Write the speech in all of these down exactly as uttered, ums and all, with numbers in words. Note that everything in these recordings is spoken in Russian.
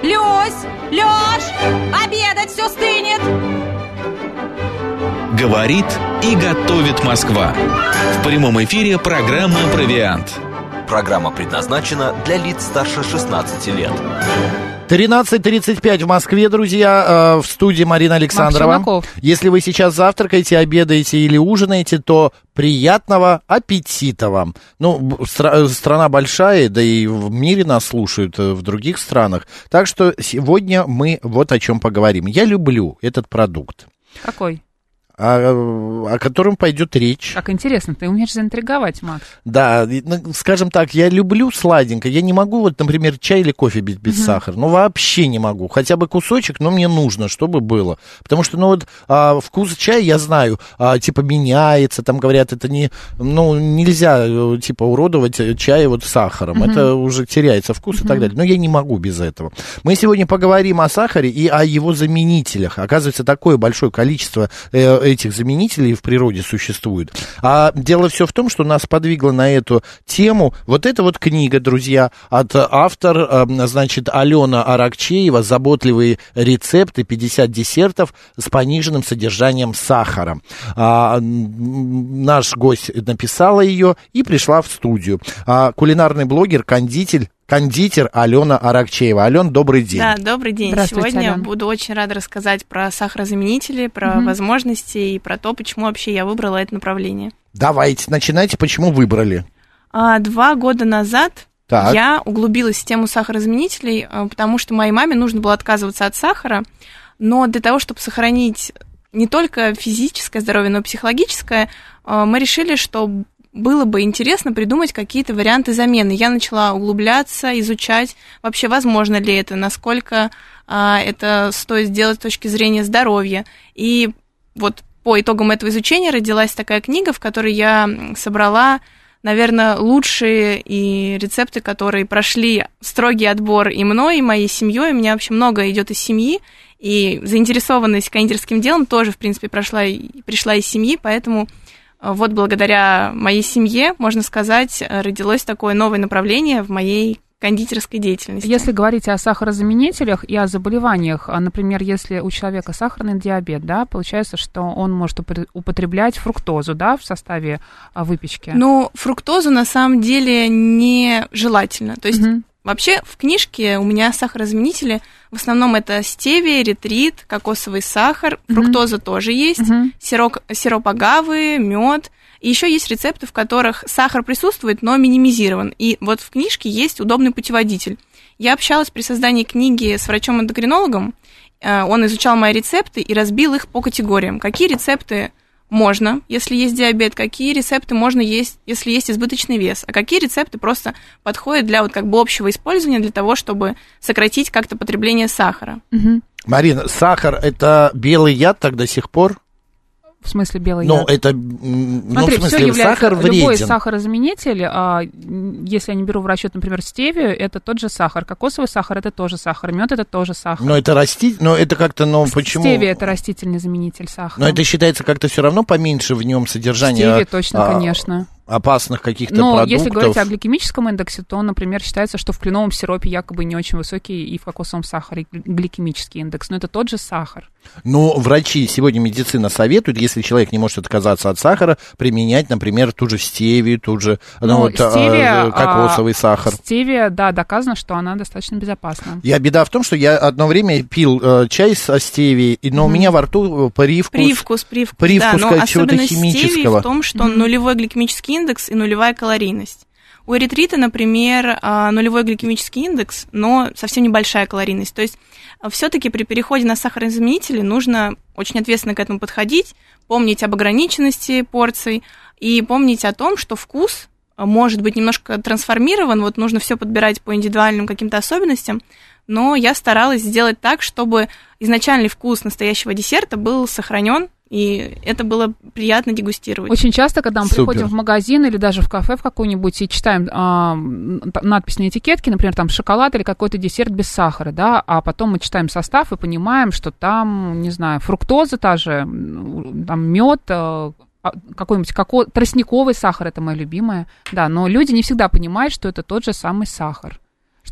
Люсь! Лёш! Обедать все стынет! Говорит и готовит Москва. В прямом эфире программа «Провиант». Программа предназначена для лиц старше шестнадцати лет. тринадцать тридцать пять в Москве, друзья, в студии Марина Александрова. Если вы сейчас завтракаете, обедаете или ужинаете, то приятного аппетита вам. Ну, стра- страна большая, да и в мире нас слушают, в других странах. Так что сегодня мы вот о чем поговорим. Я люблю этот продукт. Какой? О, о котором пойдет речь. Как интересно, ты умеешь заинтриговать, Макс. Да, ну, скажем так, я люблю сладенькое. Я не могу, вот, например, чай или кофе без, без uh-huh. сахара. Ну, вообще не могу. Хотя бы кусочек, но мне нужно, чтобы было. Потому что, ну, вот, а, вкус чая, я знаю, а, типа, меняется. Там говорят, это не, ну, нельзя, типа, уродовать чай вот сахаром. Uh-huh. Это уже теряется вкус uh-huh. и так далее. Но я не могу без этого. Мы сегодня поговорим о сахаре и о его заменителях. Оказывается, такое большое количество э, этих заменителей в природе существует. А дело все в том, что нас подвигло на эту тему вот эта вот книга, друзья, от автор, значит, Алена Аракчеева «Заботливые рецепты. пятьдесят десертов с пониженным содержанием сахара». А, наш гость написала ее и пришла в студию. А, кулинарный блогер, кондитер, Кондитер Алена Аракчеева. Ален, добрый день. Да, добрый день. Сегодня Ален. Буду очень рада рассказать про сахарозаменители, про угу. возможности и про то, почему вообще я выбрала это направление. Давайте, начинайте, почему выбрали. А, два года назад так. я углубилась в тему сахарозаменителей, потому что моей маме нужно было отказываться от сахара, но для того, чтобы сохранить не только физическое здоровье, но и психологическое, мы решили, что было бы интересно придумать какие-то варианты замены. Я начала углубляться, изучать, вообще возможно ли это, насколько а, это стоит сделать с точки зрения здоровья. И вот по итогам этого изучения родилась такая книга, в которой я собрала, наверное, лучшие и рецепты, которые прошли строгий отбор и мной, и моей семьей. У меня вообще много идет из семьи, и заинтересованность кондитерским делом тоже, в принципе, прошла, пришла из семьи, поэтому вот благодаря моей семье, можно сказать, родилось такое новое направление в моей кондитерской деятельности. Если говорить о сахарозаменителях и о заболеваниях, например, если у человека сахарный диабет, да, получается, что он может употреблять фруктозу, да, в составе выпечки? Ну, фруктозу на самом деле нежелательно. То есть угу. вообще в книжке у меня сахарозаменители, в основном это стевия, эритрит, кокосовый сахар, mm-hmm. фруктоза тоже есть, mm-hmm. сироп, сироп агавы, мед. И еще есть рецепты, в которых сахар присутствует, но минимизирован. И вот в книжке есть удобный путеводитель. Я общалась при создании книги с врачом-эндокринологом, он изучал мои рецепты и разбил их по категориям. Какие рецепты можно, если есть диабет, какие рецепты можно есть, если есть избыточный вес, а какие рецепты просто подходят для вот как бы общего использования, для того, чтобы сократить как-то потребление сахара. Угу. Марина, сахар – это белый яд так до сих пор? В смысле белый Но яд? это, Смотри, ну, в смысле, сахар вреден. Любой сахарозаменитель, а, если я не беру в расчет, например, стевию, это тот же сахар. Кокосовый сахар – это тоже сахар. Мед – это тоже сахар. Но это раститель, но это как-то, ну, почему? Стевия – это растительный заменитель сахара. Но это считается как-то все равно поменьше в нем содержание. Стевия точно, а, конечно. Опасных каких-то Но продуктов. если говорить о гликемическом индексе, то, например, считается, что в кленовом сиропе якобы не очень высокий и в кокосовом сахаре гликемический индекс, но это тот же сахар. Ну, врачи сегодня, медицина советует, если человек не может отказаться от сахара, применять, например, ту же стевию, ту же ну, ну, вот, стевия, кокосовый а, сахар. Стевия, да, доказано, что она достаточно безопасна. Я беда в том, что я одно время пил э, чай со стевией, но mm-hmm. у меня во рту привкус, привкус, привкус, привкус да, чего-то химического. Стевии в том, что mm-hmm. нулевой гликемический индекс и нулевая калорийность. У эритрита, например, нулевой гликемический индекс, но совсем небольшая калорийность. То есть все-таки при переходе на сахарозаменители нужно очень ответственно к этому подходить, помнить об ограниченности порций и помнить о том, что вкус может быть немножко трансформирован, вот нужно все подбирать по индивидуальным каким-то особенностям, но я старалась сделать так, чтобы изначальный вкус настоящего десерта был сохранен, и это было приятно дегустировать. Очень часто, когда мы Супер. приходим в магазин или даже в кафе в какой-нибудь и читаем а, надпись на этикетке, например, там шоколад или какой-то десерт без сахара, да, а потом мы читаем состав и понимаем, что там, не знаю, фруктоза та же, там мед, какой-нибудь коко... тростниковый сахар, это мое любимое, да, но люди не всегда понимают, что это тот же самый сахар. Что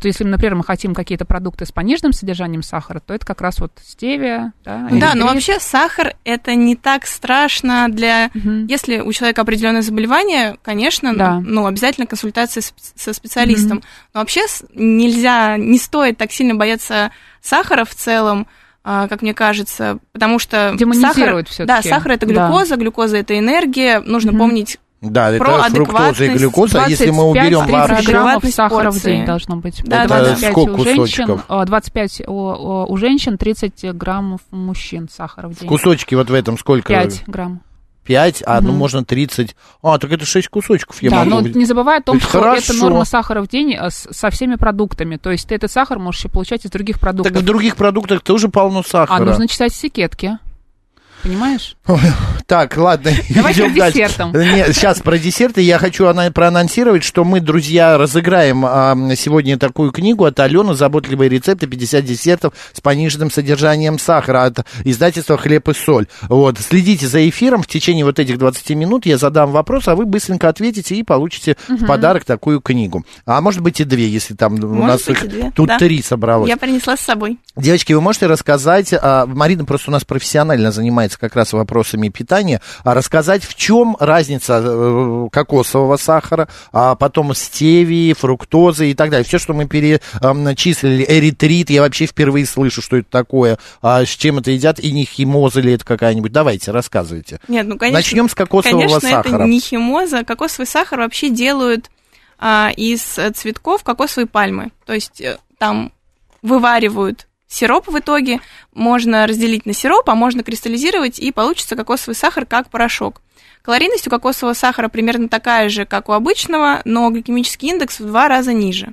что если, например, мы хотим какие-то продукты с пониженным содержанием сахара, то это как раз вот стевия. Да, да, но вообще сахар это не так страшно для... Угу. Если у человека определенное заболевание, конечно, да. ну, обязательно консультация со специалистом. Угу. Но вообще нельзя, не стоит так сильно бояться сахара в целом, как мне кажется, потому что демонизирует сахар, да, сахар это глюкоза, да. глюкоза это энергия, нужно угу. помнить. Да, это фруктоза и глюкоза, если мы уберем вообще... граммов сахара в день должно быть. Да, двадцать пять сколько у женщин, кусочков? двадцать пять у, у женщин, тридцать граммов у мужчин сахара в день. Кусочки вот в этом сколько? пять грамм. пять, а угу. ну можно тридцать. А, так это шесть кусочков я да, могу. Да, но не забывай о том, это что хорошо. это норма сахара в день со всеми продуктами. То есть ты этот сахар можешь еще получать из других продуктов. Так в других продуктах тоже полно сахара. А нужно читать этикетки. Понимаешь? Так, ладно, давайте идем про десертом. Нет, сейчас про десерты я хочу проанонсировать, что мы, друзья, разыграем а, сегодня такую книгу от Алены «Заботливые рецепты. пятьдесят десертов с пониженным содержанием сахара» от издательства «Хлеб и соль». Вот, следите за эфиром, в течение вот этих двадцати минут я задам вопрос, а вы быстренько ответите и получите угу. в подарок такую книгу. А может быть и две, если там может у нас их две. Тут да. три собралось. Я принесла с собой. Девочки, вы можете рассказать, а, Марина просто у нас профессионально занимается как раз вопросами питания, а рассказать, в чем разница э, кокосового сахара, а потом стевии, фруктозы и так далее. Все, что мы перечислили, эритрит, я вообще впервые слышу, что это такое, а с чем это едят, и не химоза ли это какая-нибудь. Давайте, рассказывайте. Нет, ну, конечно, начнем с кокосового конечно, сахара. Конечно, это не химоза. Кокосовый сахар вообще делают а, из цветков кокосовой пальмы. То есть там вываривают сироп в итоге, можно разделить на сироп, а можно кристаллизировать, и получится кокосовый сахар как порошок. Калорийность у кокосового сахара примерно такая же, как у обычного, но гликемический индекс в два раза ниже.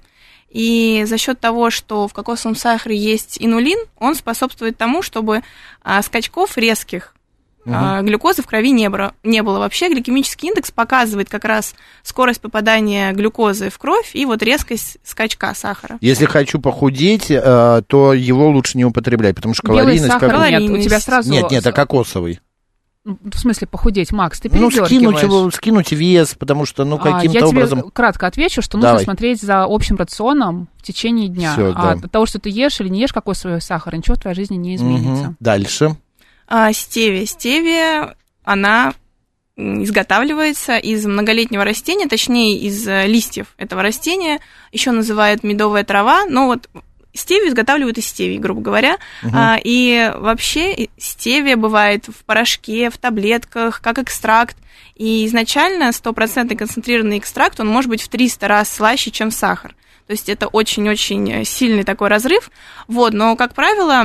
И за счет того, что в кокосовом сахаре есть инулин, он способствует тому, чтобы а, скачков резких угу. а, глюкозы в крови не было, не было. Вообще гликемический индекс показывает как раз скорость попадания глюкозы в кровь и вот резкость скачка сахара. Если хочу похудеть, то его лучше не употреблять, потому что калорийность... Белый сахар как... нет, у тебя сразу... Нет, нет, а кокосовый. В смысле похудеть, Макс, ты ну, передёргиваешь. скинуть, скинуть вес, потому что, ну, каким-то а, образом... Я тебе кратко отвечу, что нужно Давай. смотреть за общим рационом в течение дня. Всё, а да. от того, что ты ешь или не ешь кокосовый сахар, ничего в твоей жизни не изменится. Угу. Дальше. А, стевия. Стевия, она изготавливается из многолетнего растения, точнее, из листьев этого растения, еще называют медовая трава, но вот стевию изготавливают из стевии, грубо говоря. Угу. А, и вообще стевия бывает в порошке, в таблетках, как экстракт. И изначально стопроцентный концентрированный экстракт, он может быть в триста раз слаще, чем сахар. То есть это очень-очень сильный такой разрыв. Вот, но, как правило,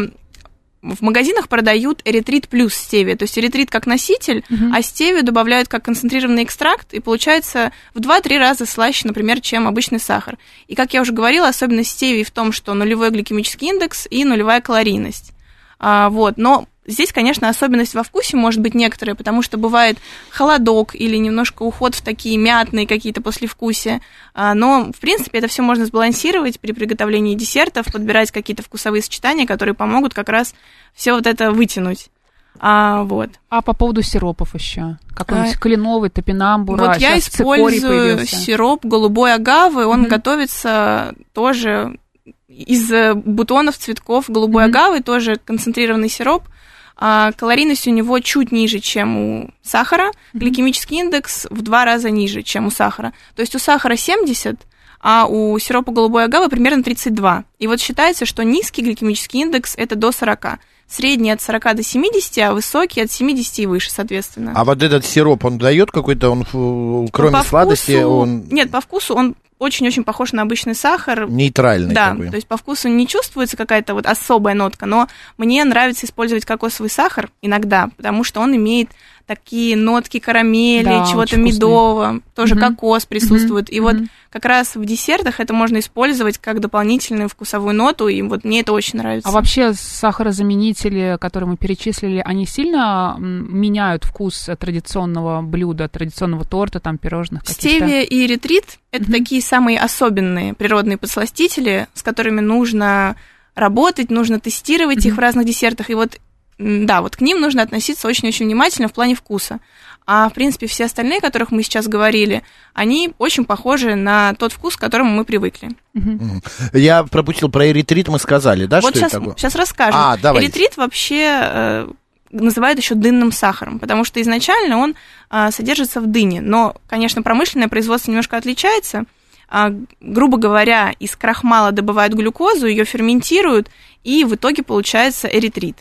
в магазинах продают эритрит плюс стевия. То есть эритрит как носитель, uh-huh. а стевию добавляют как концентрированный экстракт, и получается в два-три раза слаще, например, чем обычный сахар. И, как я уже говорила, особенность стевии в том, что нулевой гликемический индекс и нулевая калорийность. А, вот, но здесь, конечно, особенность во вкусе может быть некоторая, потому что бывает холодок или немножко уход в такие мятные какие-то послевкусия. А, но, в принципе, это все можно сбалансировать при приготовлении десертов, подбирать какие-то вкусовые сочетания, которые помогут как раз все вот это вытянуть. А, вот. А по поводу сиропов еще? Какой-нибудь а, кленовый, топинамбура. Вот я использую сироп голубой агавы, он mm-hmm. готовится тоже из бутонов, цветков голубой mm-hmm. агавы, тоже концентрированный сироп. А, калорийность у него чуть ниже, чем у сахара, mm-hmm. гликемический индекс в два раза ниже, чем у сахара. То есть у сахара семьдесят, а у сиропа голубой агавы примерно тридцать два. И вот считается, что низкий гликемический индекс – это до сорока. Средний от сорока до семидесяти, а высокий от семидесяти и выше, соответственно. А вот этот сироп, он дает какой-то, он кроме по сладости, вкусу, он... Нет, по вкусу он очень-очень похож на обычный сахар. Нейтральный. Да, такой. То есть по вкусу не чувствуется какая-то вот особая нотка, но мне нравится использовать кокосовый сахар иногда, потому что он имеет такие нотки карамели, да, чего-то медового, тоже mm-hmm. кокос присутствует. Mm-hmm. И вот как раз в десертах это можно использовать как дополнительную вкусовую ноту, и вот мне это очень нравится. А вообще сахарозаменители, которые мы перечислили, они сильно меняют вкус традиционного блюда, традиционного торта, там, пирожных каких-то? Стевия и эритрит – это mm-hmm. такие самые особенные природные подсластители, с которыми нужно работать, нужно тестировать mm-hmm. их в разных десертах, и вот да, вот к ним нужно относиться очень-очень внимательно в плане вкуса. А, в принципе, все остальные, о которых мы сейчас говорили, они очень похожи на тот вкус, к которому мы привыкли. Угу. Я пропустил про эритрит, мы сказали, да, вот что сейчас, это такое? сейчас расскажем. А, давайте. Эритрит вообще э, называют еще дынным сахаром, потому что изначально он э, содержится в дыне. Но, конечно, промышленное производство немножко отличается. Э, грубо говоря, из крахмала добывают глюкозу, ее ферментируют, и в итоге получается эритрит.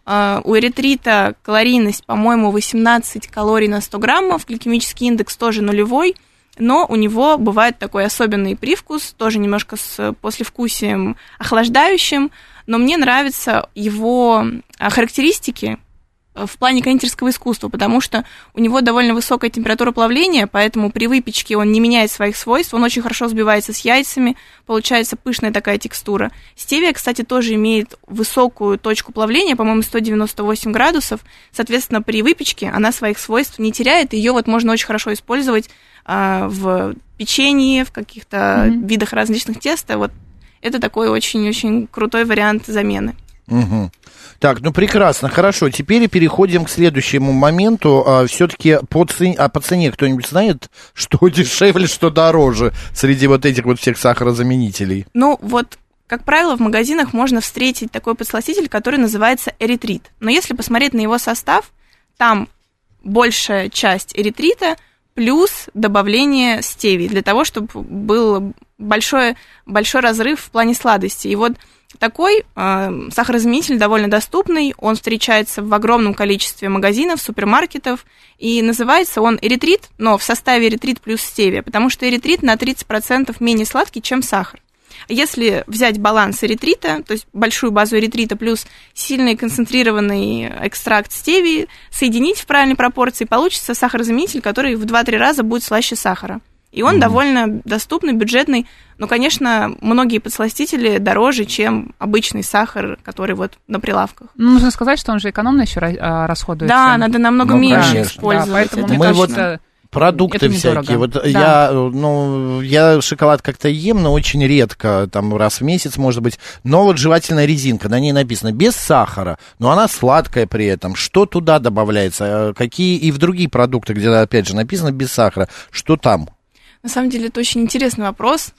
У эритрита калорийность, по-моему, восемнадцать калорий на сто граммов, гликемический индекс тоже нулевой, но у него бывает такой особенный привкус, тоже немножко с послевкусием охлаждающим, но мне нравятся его характеристики в плане кондитерского искусства, потому что у него довольно высокая температура плавления, поэтому при выпечке он не меняет своих свойств, он очень хорошо взбивается с яйцами, получается пышная такая текстура. Стевия, кстати, тоже имеет высокую точку плавления, по-моему, сто девяносто восемь градусов, соответственно, при выпечке она своих свойств не теряет, ее вот можно очень хорошо использовать а, в печенье, в каких-то mm-hmm. видах различных теста, вот это такой очень-очень крутой вариант замены. Угу. Так, ну прекрасно, хорошо. Теперь переходим к следующему моменту. А, все-таки по цене, а по цене кто-нибудь знает, что дешевле, что дороже среди вот этих вот всех сахарозаменителей? Ну вот, как правило, в магазинах можно встретить такой подсластитель, который называется эритрит. Но если посмотреть на его состав, там большая часть эритрита плюс добавление стевии, для того, чтобы был большой, большой разрыв в плане сладости. И вот такой э, сахарозаменитель довольно доступный, он встречается в огромном количестве магазинов, супермаркетов, и называется он эритрит, но в составе эритрит плюс стевия, потому что эритрит на тридцать процентов менее сладкий, чем сахар. Если взять баланс эритрита, то есть большую базу эритрита плюс сильный концентрированный экстракт стевии, соединить в правильной пропорции, получится сахарозаменитель, который в два-три раза будет слаще сахара. И он mm-hmm. довольно доступный, бюджетный, но, конечно, многие подсластители дороже, чем обычный сахар, который вот на прилавках. Ну, нужно сказать, что он же экономно еще расходуется. Да, надо намного ну, меньше конечно. использовать. Да, поэтому, это мне мы кажется, вот продукты всякие. Вот да. я, ну, я шоколад как-то ем, но очень редко, там раз в месяц, может быть. Но вот жевательная резинка, на ней написано без сахара, но она сладкая при этом. Что туда добавляется? Какие и в другие продукты, где, опять же, написано без сахара, что там? На самом деле, это очень интересный вопрос.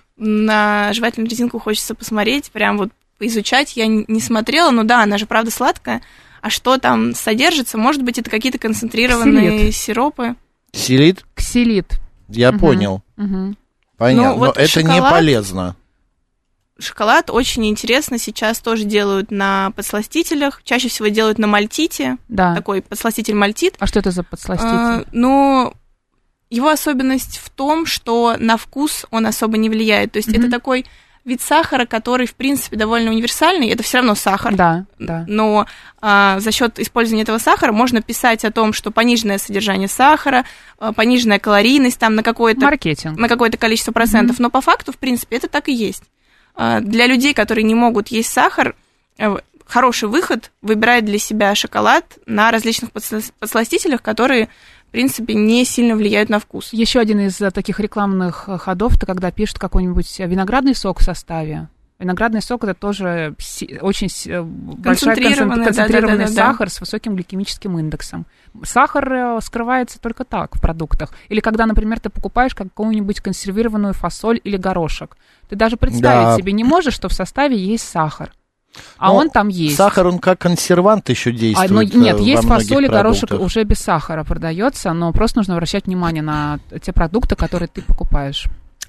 На жевательную резинку хочется посмотреть, прям вот поизучать. Я не смотрела, но да, она же правда сладкая. А что там содержится? Может быть, это какие-то концентрированные Ксилит. сиропы? Ксилит? Ксилит. Я угу. понял. Угу. Понятно, ну, вот но это шоколад, не полезно. Шоколад очень интересно сейчас тоже делают на подсластителях. Чаще всего делают на мальтите. Да. Такой подсластитель мальтит. А что это за подсластитель? А, ну... Его особенность в том, что на вкус он особо не влияет. То есть mm-hmm. это такой вид сахара, который, в принципе, довольно универсальный. Это все равно сахар. Да, да. Но а, за счет использования этого сахара можно писать о том, что пониженное содержание сахара, а, пониженная калорийность там на какое-то, маркетинг. На какое-то количество процентов. Mm-hmm. Но по факту, в принципе, это так и есть. А, для людей, которые не могут есть сахар, хороший выход — выбирать для себя шоколад на различных подсластителях, которые... в принципе, не сильно влияют на вкус. Еще один из таких рекламных ходов, это когда пишут какой-нибудь виноградный сок в составе. Виноградный сок — это тоже очень большой концентрированный, концентрированный да, да, да, сахар да. с высоким гликемическим индексом. Сахар скрывается только так в продуктах. Или когда, например, ты покупаешь какую-нибудь консервированную фасоль или горошек. Ты даже представить да. себе не можешь, что в составе есть сахар. А но он там есть. Сахар, он как консервант еще действует. А, ну, нет, во есть фасоль и горошек продуктах. уже без сахара продается, но просто нужно обращать внимание на те продукты, которые ты покупаешь.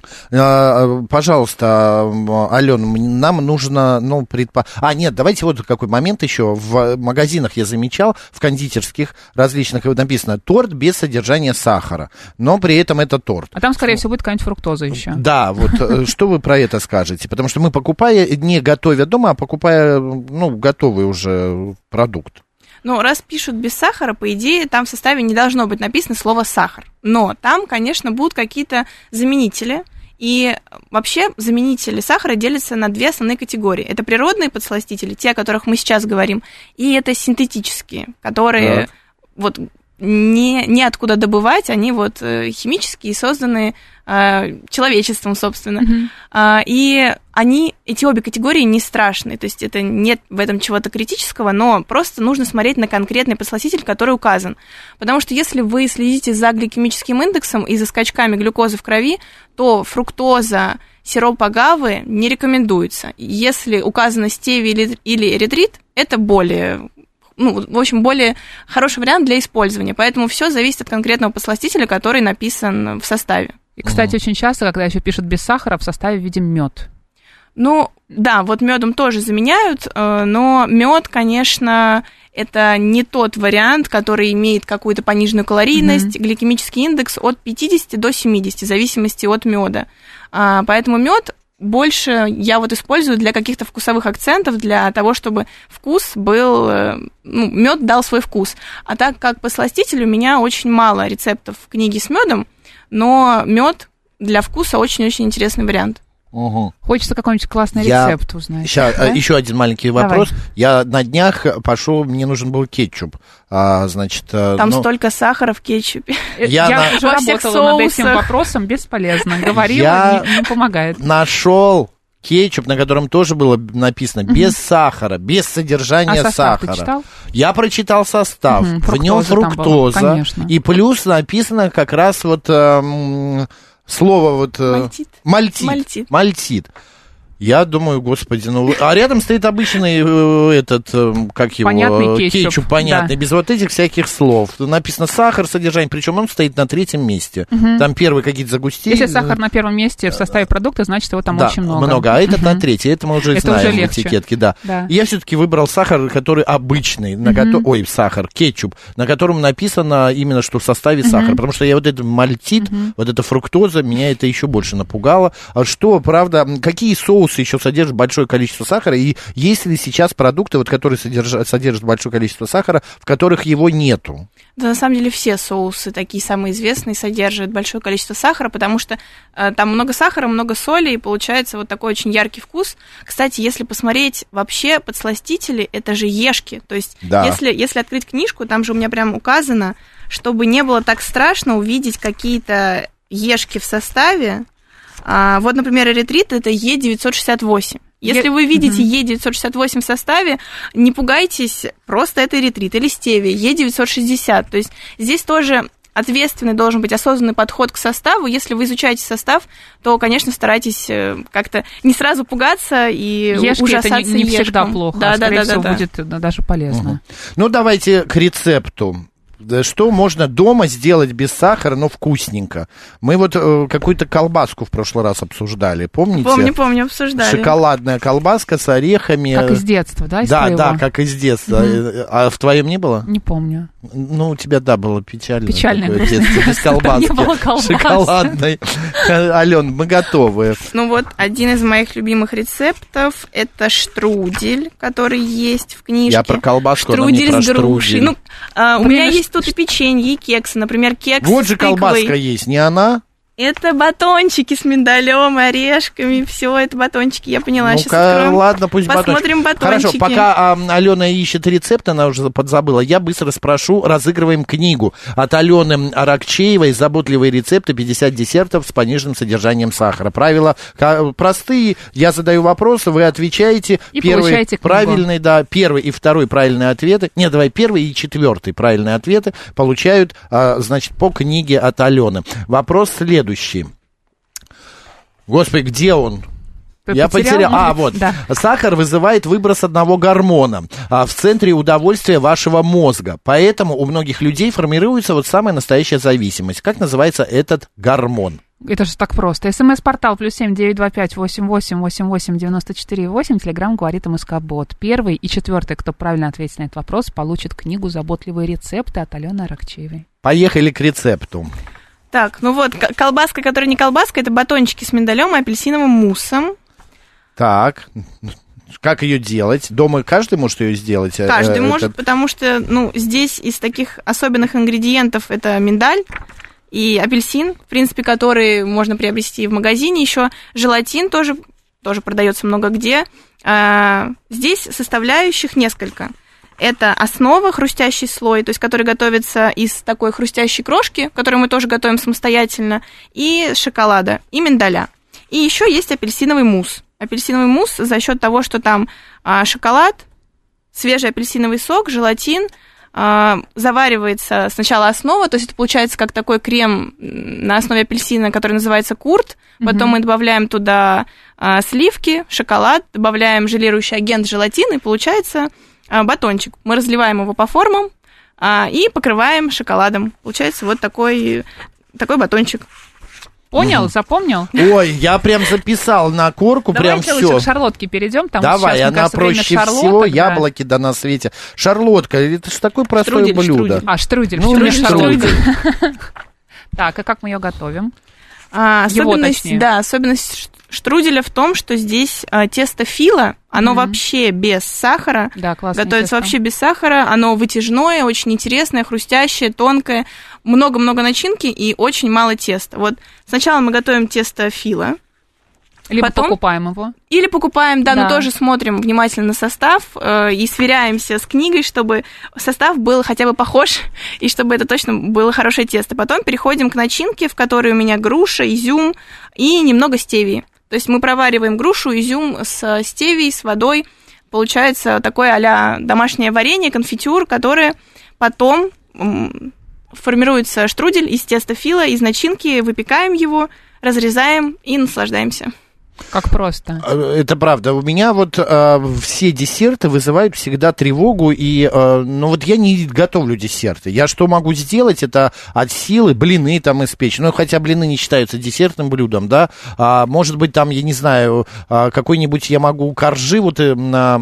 Пожалуйста, Алена, нам нужно, ну, предпо... А, нет, давайте вот какой момент еще. В магазинах я замечал, в кондитерских различных написано торт без содержания сахара, но при этом это торт. А там, скорее всего, будет какая-нибудь фруктоза еще. Да, вот что вы про это скажете? Потому что мы, покупая, не готовя дома, а покупая, ну, готовый уже продукт. Ну, раз пишут без сахара, по идее, там в составе не должно быть написано слово «сахар». Но там, конечно, будут какие-то заменители. И вообще заменители сахара делятся на две основные категории. Это природные подсластители, те, о которых мы сейчас говорим, и это синтетические, которые так. вот не, не откуда добывать, они вот химические, созданные человечеством, собственно. Mm-hmm. И они, эти обе категории не страшны, то есть это нет в этом чего-то критического, но просто нужно смотреть на конкретный подсластитель, который указан. Потому что если вы следите за гликемическим индексом и за скачками глюкозы в крови, то фруктоза, сироп агавы не рекомендуется. Если указано стевия или эритрит, это более... Ну, в общем, более хороший вариант для использования. Поэтому все зависит от конкретного подсластителя, который написан в составе. И, кстати, mm-hmm. очень часто, когда еще пишут без сахара, в составе видим мед. Ну, да, вот медом тоже заменяют, но мед, конечно, это не тот вариант, который имеет какую-то пониженную калорийность, mm-hmm. гликемический индекс от пятидесяти до семидесяти, в зависимости от меда. Поэтому мед больше я вот использую для каких-то вкусовых акцентов, для того, чтобы вкус был, ну, мед дал свой вкус. А так как подсластитель, у меня очень мало рецептов в книге с медом, но мед для вкуса очень-очень интересный вариант. Угу. Хочется какой-нибудь классный я... рецепт узнать. Сейчас, да? еще один маленький вопрос. Давай. Я на днях пошел, мне нужен был кетчуп. А, значит, Там ну... столько сахара в кетчупе. Я, я на... уже работала над этим вопросом, бесполезно. Говорила, я не, не помогает. Нашел кетчуп, на котором тоже было написано без uh-huh. сахара, без содержания а состав сахара. Ты читал? Я прочитал состав. Uh-huh. В нем фруктоза. И плюс написано как раз вот эм, слово вот... Мальтит. Мальтит. Мальтит. Мальтит. Я думаю, господи, ну... А рядом стоит обычный этот, как его... Понятный кетчуп. Кетчуп, понятный, да. Без вот этих всяких слов. Написано сахар, содержание, причем он стоит на третьем месте. Угу. Там первые какие-то загустения. Если сахар на первом месте в составе продукта, значит, его там да, очень много. много, а этот угу. на третьем. Это мы уже это знаем уже в этикетке, да. да. И я все-таки выбрал сахар, который обычный, на угу. ко... ой, сахар, кетчуп, на котором написано именно, что в составе угу. сахар. Потому что я вот это мальтит, угу. вот эта фруктоза, меня это еще больше напугало. А что, правда, какие соусы еще содержат большое количество сахара, и есть ли сейчас продукты, вот, которые содержат, содержат большое количество сахара, в которых его нету? Да, на самом деле все соусы, такие самые известные, содержат большое количество сахара, потому что э, там много сахара, много соли, и получается вот такой очень яркий вкус. Кстати, если посмотреть вообще подсластители, это же ешки, то есть да. если, если открыть книжку, там же у меня прям указано, чтобы не было так страшно увидеть какие-то ешки в составе. А, вот, например, эритрит – это Е девятьсот шестьдесят восемь. Если вы видите Е девятьсот шестьдесят восемь в составе, не пугайтесь, просто это эритрит или стевия, Е девятьсот шестьдесят. То есть здесь тоже ответственный должен быть осознанный подход к составу. Если вы изучаете состав, то, конечно, старайтесь как-то не сразу пугаться и ешки ужасаться это не, не всегда плохо, да, а, да, скорее да, всего, да, да. будет даже полезно. Угу. Ну, давайте к рецепту. Что можно дома сделать без сахара, но вкусненько? Мы вот э, какую-то колбаску в прошлый раз обсуждали, помните? Помню, помню, обсуждали. Шоколадная колбаска с орехами. Как из детства, да? Из да, твоего? да, как из детства. Угу. А в твоем не было? Не помню. Ну, у тебя, да, было печально. Печальное детство, без колбаски. Не было колбаски. Шоколадной. Ален, мы готовы. Ну вот, один из моих любимых рецептов – это штрудель, который есть в книжке. Я про колбаску, штрудель но не про с грушей. штрудель. Ну, а, у меня есть тут и печенье, и кексы. Например, кекс вот с же тыквой. Колбаска есть, не она? Это батончики с миндалем, орешками, все это батончики, я поняла. Ну-ка, сейчас откроем. ладно, пусть посмотрим батончики. батончики. Хорошо, пока а, Алена ищет рецепт, она уже подзабыла, я быстро спрошу, разыгрываем книгу от Алены Аракчеевой «Заботливые рецепты, пятьдесят десертов с пониженным содержанием сахара». Правила простые, я задаю вопросы, вы отвечаете. И первый правильный, да, первый и второй правильные ответы, нет, давай, первый и четвертый правильные ответы получают, а, значит, по книге от Алены. Вопрос следующий. Следующий. Господи, где он? Ты Я потерял? потерял. А, вот. Да. Сахар вызывает выброс одного гормона а, в центре удовольствия вашего мозга. Поэтому у многих людей формируется вот самая настоящая зависимость. Как называется этот гормон? Это же так просто. СМС-портал плюс семь девять два пять восемь восемь восемь восемь девяносто четыре восемь. Телеграм говорит МСК-бот. Первый и четвертый, кто правильно ответит на этот вопрос, получит книгу «Заботливые рецепты» от Алены Аракчеевой. Поехали к рецепту. Так, ну вот, колбаска, которая не колбаска, это батончики с миндалем и апельсиновым муссом. Так, как ее делать? Дома каждый может ее сделать? Каждый это... может, потому что, ну, здесь из таких особенных ингредиентов это миндаль и апельсин, в принципе, который можно приобрести в магазине. Еще желатин тоже, тоже продается много где. А, здесь составляющих несколько. Это основа, хрустящий слой, то есть который готовится из такой хрустящей крошки, которую мы тоже готовим самостоятельно, и шоколада, и миндаля. И еще есть апельсиновый мусс. Апельсиновый мусс за счет того, что там а, шоколад, свежий апельсиновый сок, желатин, а, заваривается сначала основа, то есть это получается как такой крем на основе апельсина, который называется курт. Потом mm-hmm. мы добавляем туда а, сливки, шоколад, добавляем желирующий агент желатин, и получается а, батончик. Мы разливаем его по формам а, и покрываем шоколадом. Получается вот такой, такой батончик. Понял, запомнил? Ой, я прям записал на корку, прям все. Давайте лучше к шарлотке перейдем. Там Давай, сейчас, она кажется, проще всего, да. яблоки да на свете. Шарлотка, это же такое простое Штрудель, блюдо. штрудель. А, штрудель. Ну, штрудель, штрудель. штрудель. Так, а как мы ее готовим? А, Его, особенность, точнее. да, особенность штруделя в том, что здесь а, тесто фила, оно mm-hmm. вообще без сахара, Да, классное готовится тесто. вообще без сахара, оно вытяжное, очень интересное, хрустящее, тонкое, много-много начинки и очень мало теста. Вот сначала мы готовим тесто фила. Либо Потом... покупаем его. Или покупаем, да, Да. но тоже смотрим внимательно на состав э, и сверяемся с книгой, чтобы состав был хотя бы похож, и чтобы это точно было хорошее тесто. Потом переходим к начинке, в которой у меня груша, изюм и немного стевии. То есть мы провариваем грушу, изюм с стевией, с водой. Получается такое а-ля домашнее варенье, конфитюр, которое потом м, формируется штрудель из теста фила, из начинки, выпекаем его, разрезаем и наслаждаемся. Как просто. Это правда. У меня вот э, все десерты вызывают всегда тревогу, и, э, ну вот я не готовлю десерты. Я что могу сделать, это от силы блины там испечь. Ну, хотя блины не считаются десертным блюдом, да. А, может быть, там, я не знаю, а, какой-нибудь я могу коржи вот э,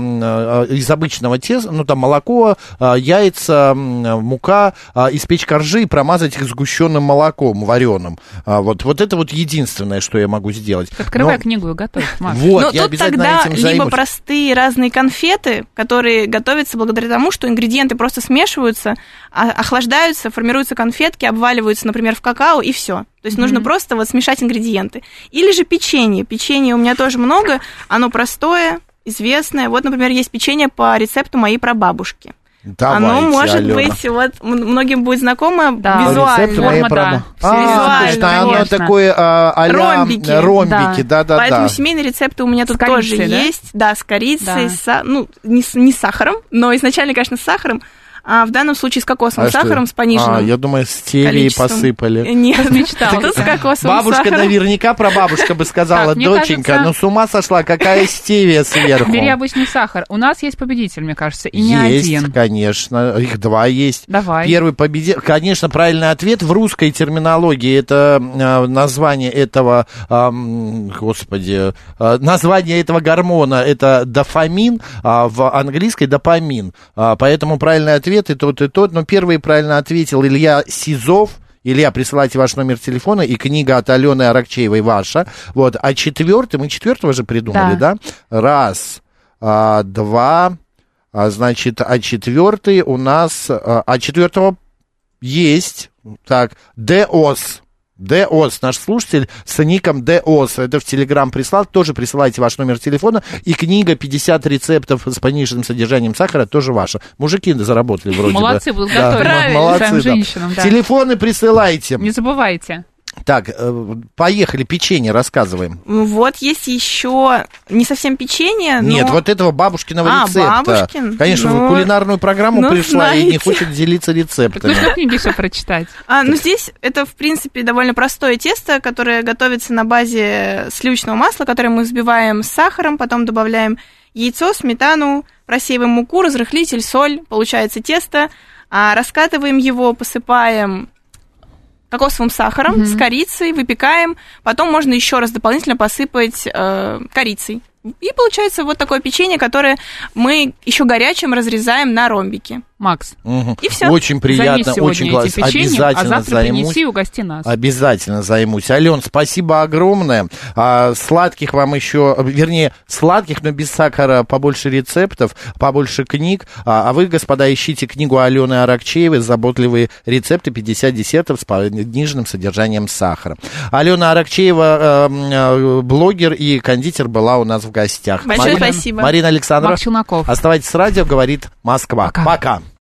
а, из обычного теста, ну, там молоко, а, яйца, мука, а, испечь коржи и промазать их сгущенным молоком вареным. А, вот, вот это вот единственное, что я могу сделать. Открывай Но... книгу и готовь, Маш. Вот, Но я тут обязательно тогда этим либо займусь. простые разные конфеты, которые готовятся благодаря тому, что ингредиенты просто смешиваются, а- охлаждаются, формируются конфетки, обваливаются, например, в какао, и все. То есть mm-hmm. нужно просто вот смешать ингредиенты. Или же печенье. Печенье у меня тоже много, оно простое, известное. Вот, например, есть печенье по рецепту моей прабабушки. Давайте, Оно может Алена. быть, вот многим будет знакомо Да. визуально. Рецепт моей Форма, да. прабаб- Всё А, визуально, точно, оно конечно. такое а, а-ля Ромбики. ромбики, да-да-да. Поэтому семейные рецепты у меня тут С корицей, тоже да? есть. Да, с корицей, Да. с са- ну, не с, не с сахаром, но изначально, конечно, с сахаром, а в данном случае с кокосовым А что? сахаром, с пониженным А, я думаю, стевией количеством. посыпали. Нет, Размечтался. тут с кокосовым Бабушка сахаром. наверняка, прабабушка бы сказала, Так, мне доченька, кажется- ну с ума сошла, какая стевия сверху. Бери обычный сахар. У нас есть победитель, мне кажется, и не Есть, один. конечно, их два есть. Давай. Первый победитель, конечно, правильный ответ в русской терминологии, это э, название этого, э, господи, э, название этого гормона, это дофамин, а в английской допамин, А, поэтому правильный ответ и тот, и тот, но первый правильно ответил Илья Сизов. Илья, присылайте ваш номер телефона, и книга от Алены Аракчеевой ваша. Вот. А четвертый, мы четвертого же придумали, да? да? Раз, а, два, а, значит, а четвертый у нас, а, а четвертого есть, так, ДОС. ДОС, наш слушатель с ником ДОС, это в Телеграм прислал, тоже присылайте ваш номер телефона, и книга пятьдесят рецептов с пониженным содержанием сахара тоже ваша. Мужики заработали вроде Молодцы, бы. будут Да, готовить м- молодцы, своим да. женщинам. Да. Телефоны присылайте. Не забывайте. Так, э, поехали, печенье рассказываем. Вот есть еще не совсем печенье, но... Нет, вот этого бабушкиного А, рецепта. бабушкин? Конечно, Ну, в кулинарную программу ну, пришла и не знаете. хочет делиться Так рецептами. нужно в книге все прочитать. А, ну, здесь это, в принципе, довольно простое тесто, которое готовится на базе сливочного масла, которое мы взбиваем с сахаром, потом добавляем яйцо, сметану, просеиваем муку, разрыхлитель, соль, получается тесто, а, раскатываем его, посыпаем кокосовым сахаром, Мгм. с корицей, выпекаем, потом можно еще раз дополнительно посыпать э, корицей. И получается вот такое печенье, которое мы еще горячим разрезаем на ромбики. Макс. Угу. И все. Очень приятно, Займись очень сегодня классно. этим печеньем, Обязательно а завтра займусь. принеси и угости нас. Обязательно займусь. Ален, спасибо огромное. А, сладких вам еще, вернее, сладких, но без сахара, побольше рецептов, побольше книг. А, а вы, господа, ищите книгу Алены Аракчеевой «Заботливые рецепты. пятьдесят десертов с пониженным содержанием сахара». Алена Аракчеева, э, блогер и кондитер, была у нас в гостях. Большое Марина, спасибо. Марина Александровна, Макс Челноков. оставайтесь с радио, говорит Москва. Пока. Пока.